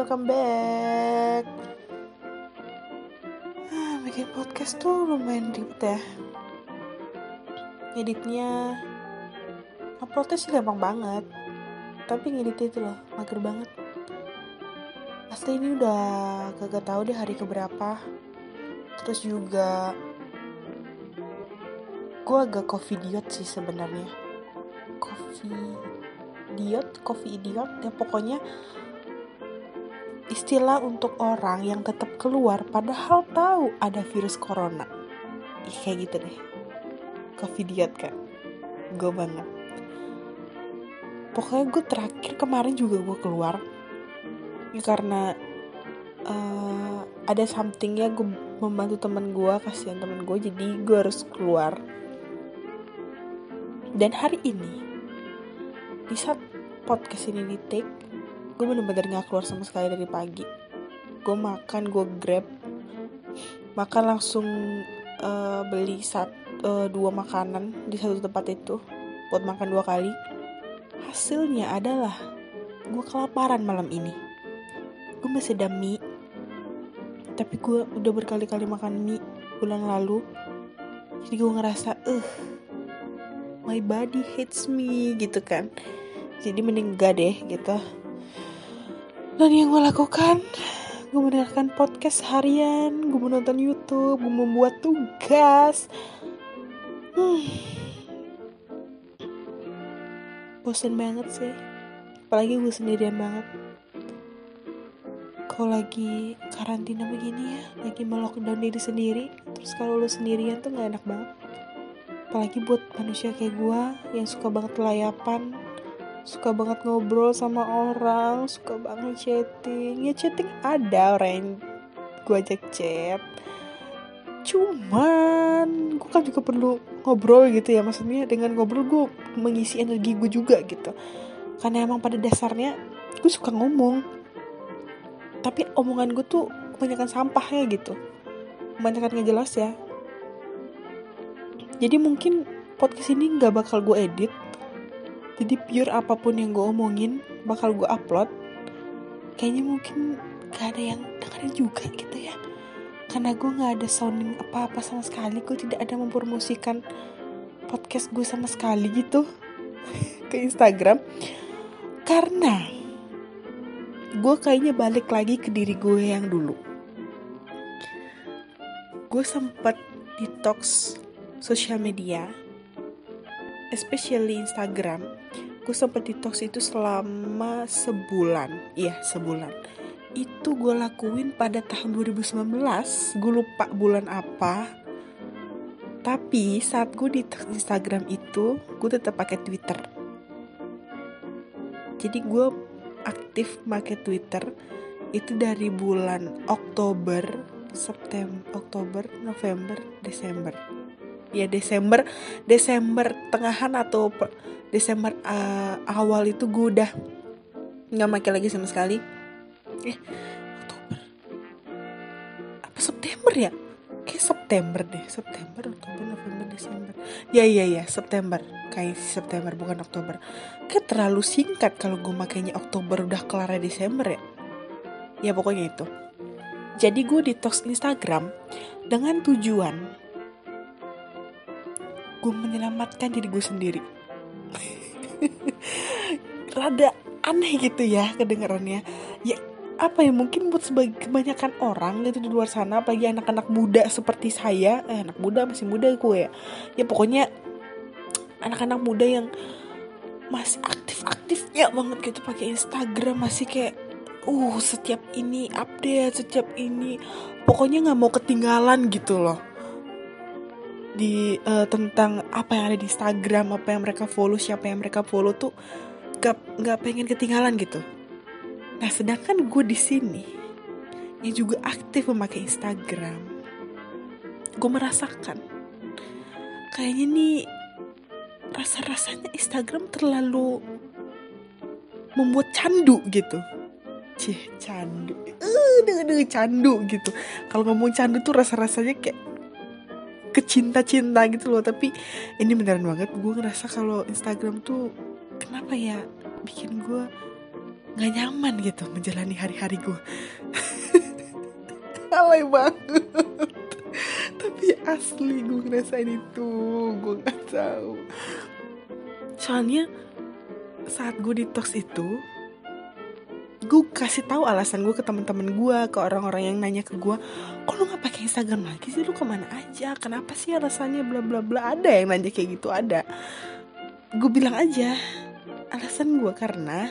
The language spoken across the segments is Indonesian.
welcome back. Bikin podcast tuh lumayan ribet ya. Editnya, uploadnya sih gampang banget, tapi ngeditnya itu loh, mager banget. Asli ini udah kagak tahu deh hari keberapa. Terus juga gue agak coffee idiot sih sebenarnya. Coffee idiot ya, pokoknya istilah untuk orang yang tetap keluar padahal tahu ada virus corona. Kayak gitu deh. Coffee idiot kan. Gue banget. Pokoknya gue terakhir kemarin juga gue keluar ya, karena ada something ya, gue membantu teman gue, kasihan teman gue, jadi gue harus keluar. Dan hari ini di saat podcast ini di take, gue bener-bener gak keluar sama sekali dari pagi. Gue makan, gue grab makan langsung, beli 2 makanan di satu tempat itu buat makan 2 kali. Hasilnya adalah gue kelaparan malam ini. Gue masih ada mie, tapi gue udah berkali-kali makan mie bulan lalu, jadi gue ngerasa my body hates me gitu kan. Jadi mending enggak deh gitu. Dan yang gue lakukan, gue mendengarkan podcast harian, gue menonton YouTube, gue membuat tugas. Bosen banget sih, apalagi gue sendirian banget. Kalau lagi karantina begini ya, lagi melockdown diri sendiri, terus kalau lu sendirian tuh gak enak banget. Apalagi buat manusia kayak gue yang suka banget layapan, suka banget ngobrol sama orang, suka banget chatting. Ya chatting ada orang yang gue ajak chat, cuman gue kan juga perlu ngobrol gitu ya. Maksudnya dengan ngobrol gue mengisi energi gue juga gitu. Karena emang pada dasarnya gue suka ngomong, tapi omongan gue tuh kebanyakan sampahnya gitu, kebanyakan gak jelas ya. Jadi mungkin podcast ini gak bakal gue edit, jadi pure apapun yang gue omongin bakal gue upload. Kayaknya mungkin gak ada yang dengerin juga gitu ya, karena gue gak ada sounding apa-apa sama sekali. Gue tidak ada mempromosikan podcast gue sama sekali gitu ke Instagram, karena gue kayaknya balik lagi ke diri gue yang dulu. Gue sempat detox sosial media, especially Instagram. Gue sempat detox itu selama sebulan. Iya, sebulan. Itu gue lakuin pada tahun 2019. Gue lupa bulan apa. Tapi saat gue detox Instagram itu, gue tetap pakai Twitter. Jadi gue aktif pakai Twitter itu dari bulan Oktober, November, Desember. Ya Desember tengahan atau Desember awal itu gue udah nggak pakai lagi sama sekali. Oktober apa September ya? Kayak September deh. September, Oktober, November, Desember. Ya September. Kayak September bukan Oktober. Kayak terlalu singkat kalau gue makainya Oktober udah kelar Desember ya. Ya pokoknya itu. Jadi gue detox Instagram dengan tujuan gue menyelamatkan diri gue sendiri. Rada aneh gitu ya kedengarannya. Ya apa ya, mungkin buat sebagai kebanyakan orang gitu di luar sana, apalagi anak-anak muda seperti saya. Anak muda, masih muda gue ya. Ya pokoknya anak-anak muda yang masih aktif-aktifnya banget gitu pakai Instagram, masih kayak setiap ini update, setiap ini pokoknya nggak mau ketinggalan gitu loh di tentang apa yang ada di Instagram, apa yang mereka follow, siapa yang mereka follow tuh nggak pengen ketinggalan gitu. Nah sedangkan gue di sini yang juga aktif memakai Instagram, gue merasakan kayaknya nih rasa-rasanya Instagram terlalu membuat candu gitu. Candu gitu. Kalau ngomong candu tuh rasa-rasanya kayak kecinta-cinta gitu loh. Tapi ini beneran banget, gue ngerasa kalau Instagram tuh kenapa ya bikin gue gak nyaman gitu menjalani hari-hari gue. Alay banget. Tapi asli gue ngerasain itu. Gue gak tahu. Soalnya saat gue detox itu, gue kasih tahu alasan gue ke teman-teman gue, ke orang-orang yang nanya ke gue, kok lu nggak pakai Instagram lagi sih, lu kemana aja, kenapa sih alasannya bla bla bla. Ada yang nanya kayak gitu, ada. Gue bilang aja alasan gue karena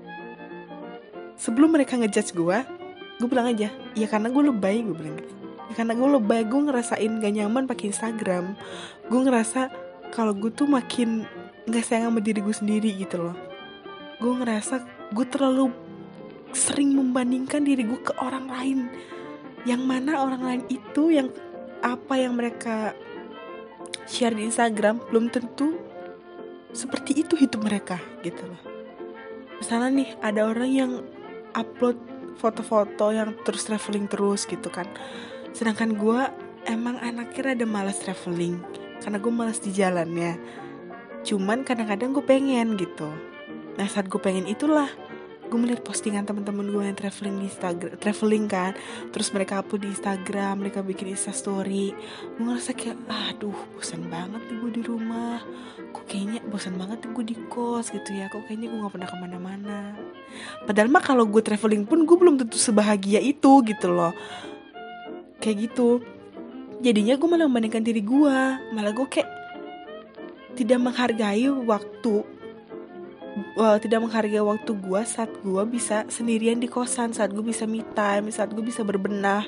sebelum mereka ngejudge gue bilang aja, ya karena gue lebay, gue bilang gitu. Ya karena gue lebay, gue ngerasain gak nyaman pakai Instagram. Gue ngerasa kalau gue tuh makin nggak sayang sama diri gue sendiri gitu loh. Gue ngerasa gue terlalu sering membandingkan diri gue ke orang lain, yang mana orang lain itu yang apa yang mereka share di Instagram belum tentu seperti itu hidup mereka gitu loh. Misalnya nih ada orang yang upload foto-foto yang terus traveling terus gitu kan, sedangkan gue emang anaknya rada malas traveling karena gue malas di jalannya. Cuman kadang-kadang gue pengen gitu. Nah saat gue pengen itulah gue melihat postingan teman-teman gue yang traveling di Instagram, traveling kan, terus mereka upload di Instagram, mereka bikin Instastory. Gue ngerasa kayak, aduh, bosan banget nih gue di rumah. Kok kayaknya bosan banget nih gue di kos gitu ya. Kok kayaknya gue nggak pernah kemana-mana. Padahal mah kalau gue traveling pun gue belum tentu sebahagia itu gitu loh. Kayak gitu. Jadinya gue malah membandingkan diri gue, malah gue kayak tidak menghargai waktu. Tidak menghargai waktu gue saat gue bisa sendirian di kosan, saat gue bisa me time, saat gue bisa berbenah,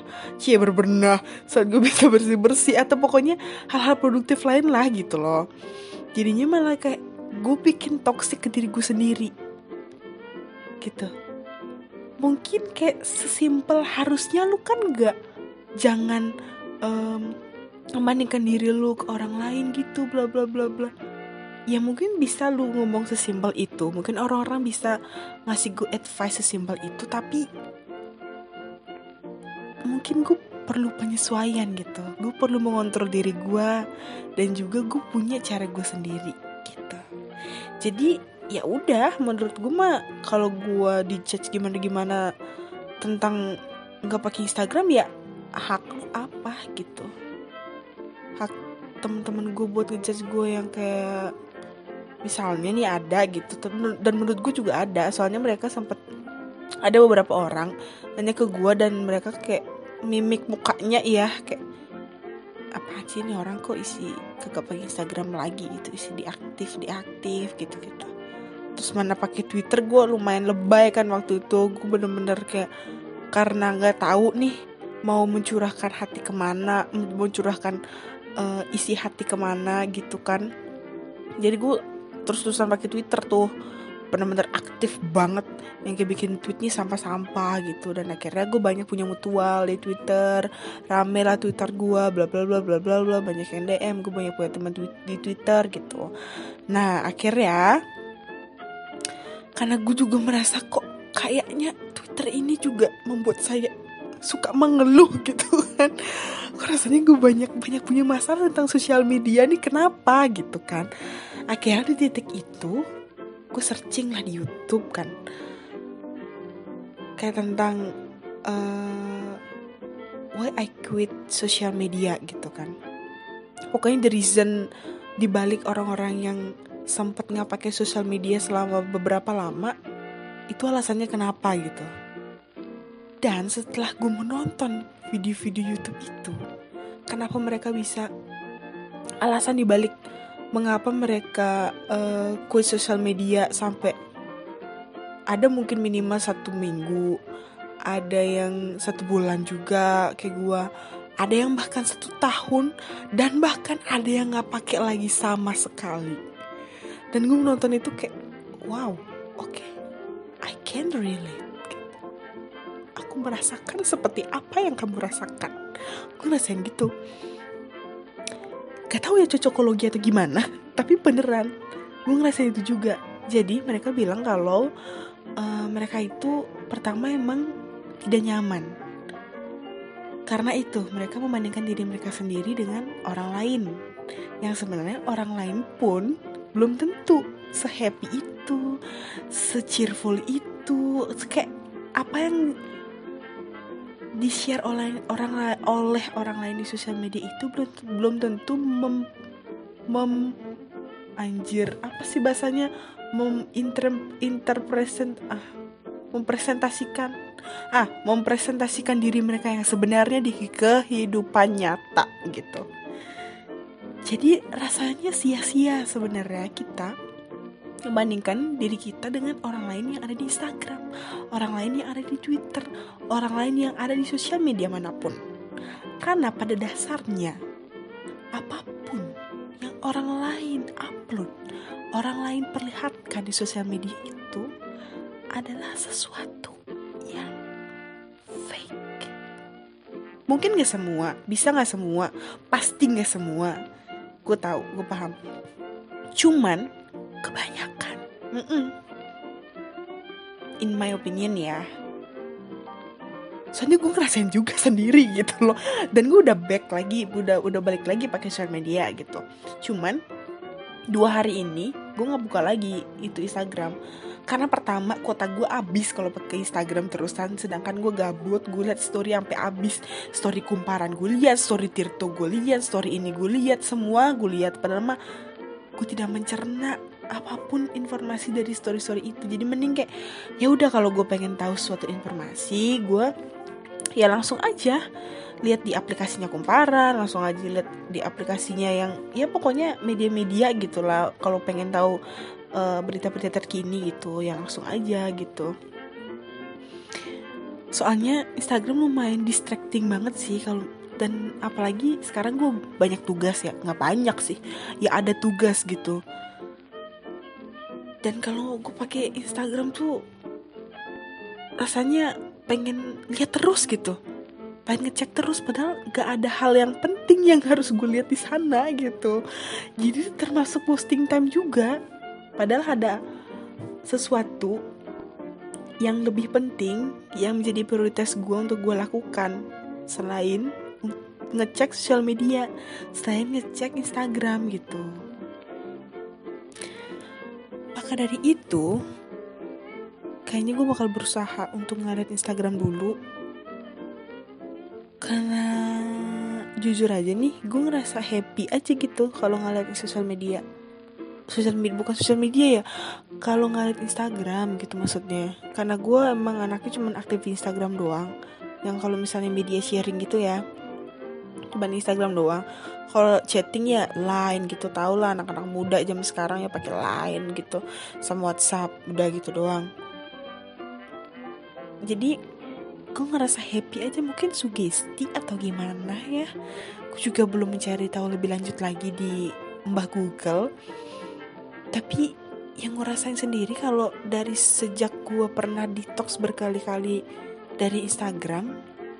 saat gue bisa bersih-bersih, atau pokoknya hal-hal produktif lain lah gitu loh. Jadinya malah kayak gue bikin toksik ke diri gue sendiri gitu. Mungkin kayak sesimpel harusnya lu kan jangan membandingkan diri lu ke orang lain gitu, bla bla bla bla. Ya mungkin bisa lu ngomong sesimpel itu, mungkin orang-orang bisa ngasih gue advice sesimpel itu, tapi mungkin gue perlu penyesuaian gitu. Gue perlu mengontrol diri gue, dan juga gue punya cara gue sendiri gitu. Jadi ya udah, menurut gue mah kalau gue dijudge gimana tentang nggak pakai Instagram, ya hak apa gitu, hak teman-teman gue buat ngejudge gue yang kayak misalnya nih ada gitu. Dan menurut gue juga ada, soalnya mereka sempat ada beberapa orang nanya ke gue dan mereka kayak mimik mukanya ya kayak, apa sih ini orang kok isi kagak pakai Instagram lagi gitu, isi diaktif gitu. Terus mana pakai Twitter, gue lumayan lebay kan waktu itu. Gue bener-bener kayak karena nggak tahu nih mau mencurahkan hati kemana, mencurahkan isi hati kemana gitu kan. Jadi gue terus-terusan pakai Twitter tuh, bener-bener aktif banget, yang kayak bikin tweetnya sampah-sampah gitu. Dan akhirnya gue banyak punya mutual di Twitter, rame lah Twitter gue, bla bla bla bla bla bla, banyak yang DM, gue banyak punya teman di Twitter gitu. Nah akhirnya karena gue juga merasa kok kayaknya Twitter ini juga membuat saya suka mengeluh gitu kan. Kok rasanya gue banyak punya masalah tentang sosial media nih, kenapa gitu kan. Akhirnya di titik itu gue searching lah di YouTube kan, kayak tentang why I quit social media gitu kan. Pokoknya the reason dibalik orang-orang yang sempat nggak pakai sosial media selama beberapa lama itu alasannya kenapa gitu. Dan setelah gue menonton video-video YouTube itu, kenapa mereka bisa, alasan dibalik mengapa mereka quit sosial media sampai ada mungkin minimal 1 minggu, ada yang 1 bulan juga kayak gue, ada yang bahkan 1 tahun, dan bahkan ada yang nggak pakai lagi sama sekali. Dan gue menonton itu kayak wow, okay, I can relate. Aku merasakan seperti apa yang kamu rasakan. Gue ngerasain gitu. Gak tahu ya cocokologi atau gimana, tapi beneran gue ngerasain itu juga. Jadi mereka bilang kalau mereka itu pertama emang tidak nyaman. Karena itu mereka membandingkan diri mereka sendiri dengan orang lain, yang sebenarnya orang lain pun belum tentu se-happy itu, se-cheerful itu, itu kayak apa yang di-share oleh orang lain di sosial media itu belum tentu anjir apa sih bahasanya, mempresentasikan diri mereka yang sebenarnya di kehidupan nyata gitu. Jadi rasanya sia-sia sebenarnya kita membandingkan diri kita dengan orang lain yang ada di Instagram, orang lain yang ada di Twitter, orang lain yang ada di sosial media manapun. Karena pada dasarnya apapun yang orang lain upload, orang lain perlihatkan di sosial media itu adalah sesuatu yang fake. Mungkin gak semua, bisa gak semua, pasti gak semua. Gue tahu, gue paham. Cuman kebanyakan, in my opinion ya. Soalnya gue ngerasain juga sendiri gitu loh. Dan gue udah back lagi, udah balik lagi pakai sosial media gitu. Cuman 2 hari ini gue nggak buka lagi itu Instagram. Karena pertama kuota gue abis kalau pakai Instagram terusan. Sedangkan gue gabut, gue liat story sampai abis. Story kumparan gue liat, story Tirto gue liat, story ini gue liat, semua gue liat. Padahal mah gue tidak mencerna apapun informasi dari story itu. Jadi mending kayak ya udah, kalau gue pengen tahu suatu informasi, gue ya langsung aja lihat di aplikasinya Kumparan, langsung aja lihat di aplikasinya yang ya pokoknya media-media gitulah. Kalau pengen tahu berita-berita terkini gitu, ya langsung aja gitu. Soalnya Instagram lumayan distracting banget sih kalau, dan apalagi sekarang gue banyak tugas ya, nggak banyak sih, ya ada tugas gitu. Dan kalau gue pakai Instagram tuh rasanya pengen lihat terus gitu, pengen ngecek terus, padahal gak ada hal yang penting yang harus gue lihat di sana gitu. Jadi termasuk posting time juga, padahal ada sesuatu yang lebih penting yang menjadi prioritas gue untuk gue lakukan selain ngecek sosial media, selain ngecek Instagram gitu. Maka dari itu kayaknya gue bakal berusaha untuk ngeliat Instagram dulu. Karena jujur aja nih, gue ngerasa happy aja gitu kalau ngeliat sosial media. Bukan sosial media ya, kalau ngeliat Instagram gitu maksudnya. Karena gue emang anaknya cuma aktif di Instagram doang. Yang kalau misalnya media sharing gitu ya, cuma di Instagram doang. Kalau chatting ya Line gitu, tau lah anak-anak muda jam sekarang ya pakai Line gitu, sama WhatsApp, udah gitu doang. Jadi gue ngerasa happy aja, mungkin sugesti atau gimana ya. Gue juga belum mencari tahu lebih lanjut lagi di Mbah Google. Tapi yang gue rasain sendiri kalau dari sejak gue pernah detox berkali-kali dari Instagram,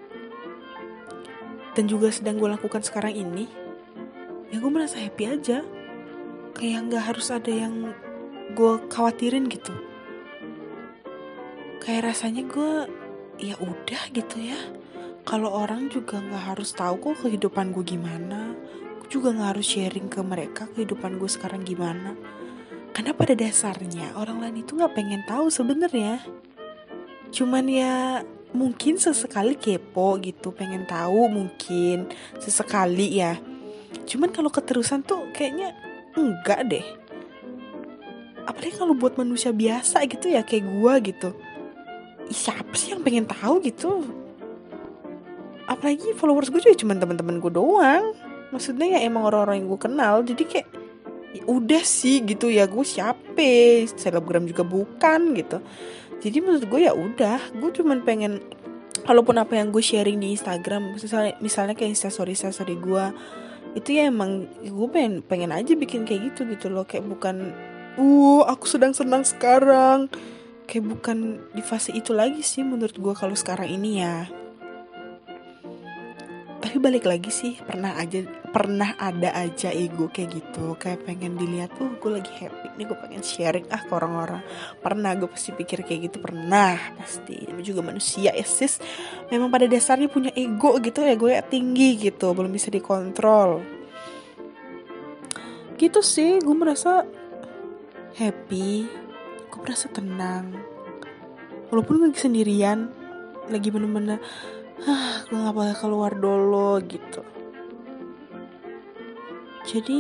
dan juga sedang gue lakukan sekarang ini, ya gue merasa happy aja. Kayak gak harus ada yang gue khawatirin gitu. Kayak rasanya gue ya udah gitu ya. Kalau orang juga gak harus tahu kok kehidupan gue gimana. Gue juga gak harus sharing ke mereka kehidupan gue sekarang gimana. Karena pada dasarnya orang lain itu gak pengen tahu sebenarnya. Cuman ya mungkin sesekali kepo gitu, pengen tahu mungkin sesekali ya. Cuman kalau keterusan tuh kayaknya enggak deh. Apalagi kalau buat manusia biasa gitu ya kayak gue gitu. Siapa sih yang pengen tahu gitu? Apalagi followers gue juga cuma teman-teman gue doang. Maksudnya ya emang orang-orang yang gue kenal. Jadi kayak ya udah sih gitu ya, gue siapa, selebgram juga bukan gitu. Jadi menurut gue ya udah, gue cuman pengen, kalaupun apa yang gue sharing di Instagram, misalnya kayak instastory gue, itu ya emang gue pengen aja bikin kayak gitu loh. Kayak bukan aku sedang senang sekarang, kayak bukan di fase itu lagi sih menurut gue kalau sekarang ini ya. Tapi balik lagi sih, pernah ada aja ego kayak gitu, kayak pengen dilihat, gue lagi happy nih, gue pengen sharing ke orang-orang. Pernah, gue pasti pikir kayak gitu, pernah pasti. Ini juga manusia ya sis, memang pada dasarnya punya ego gitu ya, gue tinggi gitu, belum bisa dikontrol gitu sih. Gue merasa happy, gue merasa tenang, walaupun lagi sendirian, lagi bener-bener gue gak boleh keluar dulu gitu. Jadi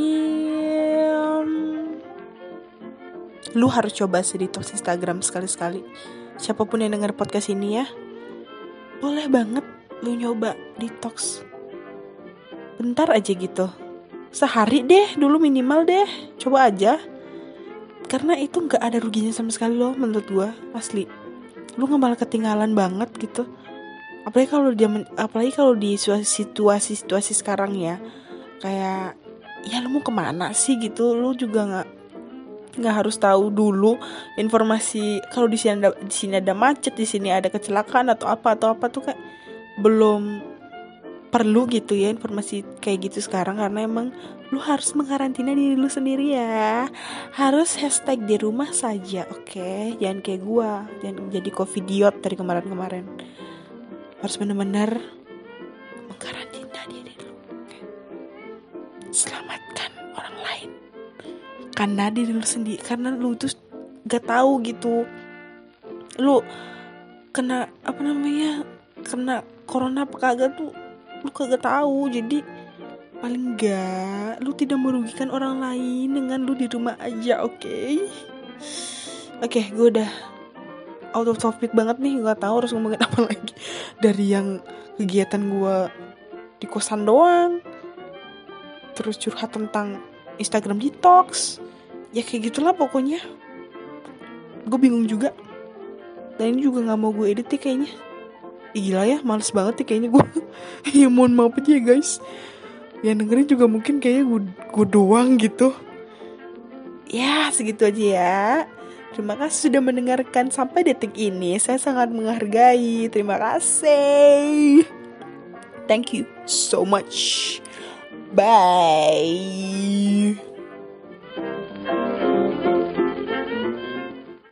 lu harus coba sih detox Instagram sekali-sekali. Siapapun yang denger podcast ini ya, boleh banget lu nyoba detox bentar aja gitu, sehari deh dulu minimal deh, coba aja. Karena itu gak ada ruginya sama sekali loh menurut gue, asli. Lu gak malah ketinggalan banget gitu. Apalagi kalau di situasi sekarang ya, kayak ya lu mau kemana sih gitu, lu juga nggak harus tahu dulu informasi kalau di sini ada macet, di sini ada kecelakaan atau apa tuh, kayak belum perlu gitu ya informasi kayak gitu sekarang, karena emang lu harus mengkarantina diri lu sendiri ya. Harus hashtag di rumah saja, oke? Jangan kayak gua, jangan jadi covidiot dari kemarin-kemarin. Harus benar-benar mengkarantina diri lu, okay? Selamatkan orang lain karena diri lu sendiri, karena lu tuh gak tahu gitu lu kena kena corona apa kagak tuh, lu kagak tahu. Jadi paling enggak lu tidak merugikan orang lain dengan lu di rumah aja, oke? Gue udah out of topic banget nih, nggak tahu harus ngomongin apa lagi dari yang kegiatan gue di kosan doang, terus curhat tentang Instagram detox, ya kayak gitulah pokoknya. Gue bingung juga, dan ini juga nggak mau gue edit ya kayaknya. Gila ya, males banget ya kayaknya gue. Ya mohon maaf aja ya guys, yang dengerin juga mungkin kayaknya gue doang gitu. Ya segitu aja ya. Terima kasih sudah mendengarkan sampai detik ini. Saya sangat menghargai. Terima kasih. Thank you so much. Bye.